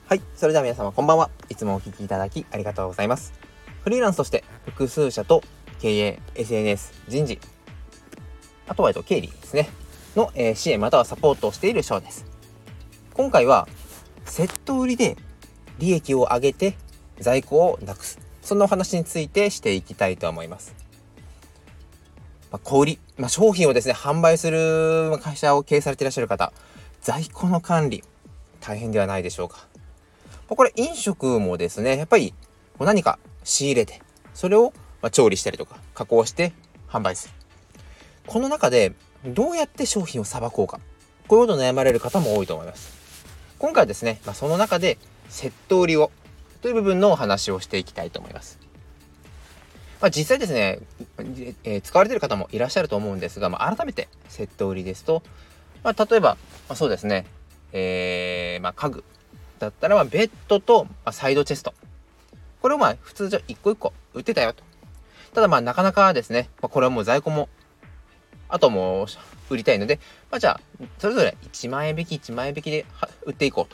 はい、それでは皆様こんばんは。いつもお聞きいただきありがとうございます。フリーランスとして複数社と経営、SNS、人事、あとは経理ですねの、支援またはサポートをしている翔です。今回はセット売りで利益を上げて在庫をなくす、そんなお話についてしていきたいと思います。小売り、商品をですね販売する会社を経営されていらっしゃる方、在庫の管理大変ではないでしょうか。これ飲食もですね、やっぱり何か仕入れて、それを調理したりとか加工して販売する。この中でどうやって商品をさばこうか、こういうことを悩まれる方も多いと思います。今回はですね、その中でセット売りをという部分のお話をしていきたいと思います。実際ですね、使われている方もいらっしゃると思うんですが、改めてセット売りですと、例えば、そうですね、家具だったらベッドとサイドチェスト、これを普通じゃ一個一個売ってたよと。ただなかなかですね、これはもう在庫もあともう売りたいので、じゃあそれぞれ1万円引きで売っていこう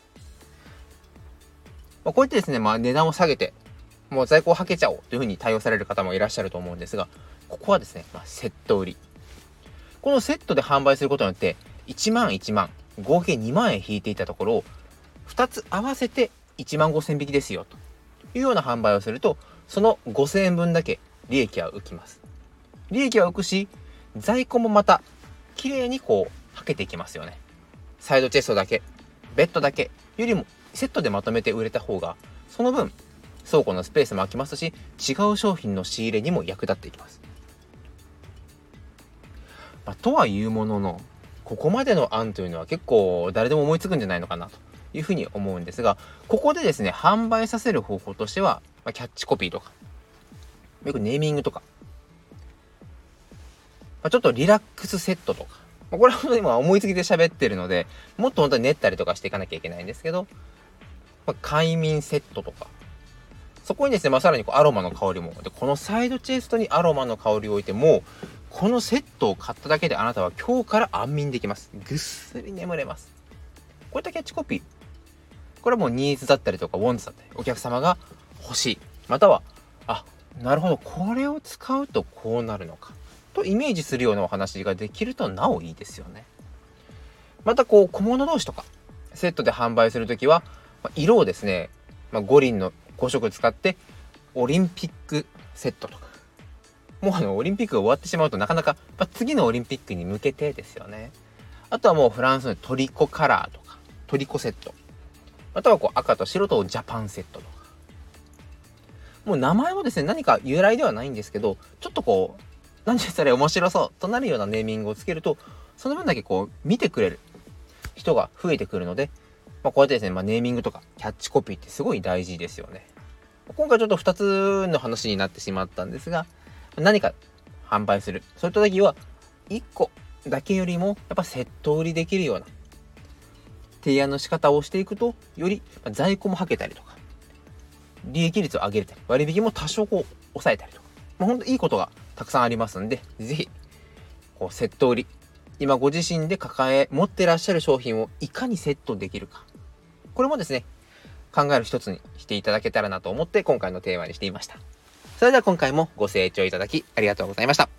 と。こうやってですね、値段を下げてもう在庫をはけちゃおうというふうに対応される方もいらっしゃると思うんですが、ここはですね、セット売り。このセットで販売することによって1万合計2万円引いていたところを2つ合わせて1万5,000引きですよというような販売をすると、その5,000円分だけ利益は浮きます。利益は浮くし、在庫もまた綺麗にはけていきますよね。サイドチェストだけ、ベッドだけよりもセットでまとめて売れた方が、その分倉庫のスペースも空きますし、違う商品の仕入れにも役立っていきます。とはいうものの、ここまでの案というのは結構誰でも思いつくんじゃないのかなというふうに思うんですが、ここでですね販売させる方法としては、キャッチコピーとかよくネーミングとか、ちょっとリラックスセットとか、これは本当に今思いつきで喋ってるので、もっと本当に練ったりとかしていかなきゃいけないんですけど、快眠セットとか、そこにですね、さらにアロマの香りもで、このサイドチェストにアロマの香りを置いて、もうこのセットを買っただけであなたは今日から安眠できます。ぐっすり眠れます。こういったキャッチコピー、これはもうニーズだったりとかウォンツだったり、お客様が欲しい、またはなるほど、これを使うとこうなるのかとイメージするようなお話ができるとなおいいですよね。また小物同士とかセットで販売するときは、色をですね、五輪の5色使ってオリンピックセットとか、もうオリンピックが終わってしまうとなかなか、次のオリンピックに向けてですよね。あとはもうフランスのトリコカラーとかトリコセット、または赤と白とジャパンセットとか、もう名前もですね何か由来ではないんですけど、ちょっと何でそれ面白そうとなるようなネーミングをつけると、その分だけ見てくれる人が増えてくるので、こうやってですね、ネーミングとかキャッチコピーってすごい大事ですよね。今回ちょっと2つの話になってしまったんですが、何か販売する、そういった時は1個だけよりもやっぱセット売りできるような提案の仕方をしていくと、より在庫もはけたりとか、利益率を上げれたり、割引も多少抑えたりとか、本当いいことがたくさんありますんで、ぜひセット売り、今ご自身で持ってらっしゃる商品をいかにセットできるか、これもですね考える一つにしていただけたらなと思って今回のテーマにしていました。それでは今回もご清聴いただきありがとうございました。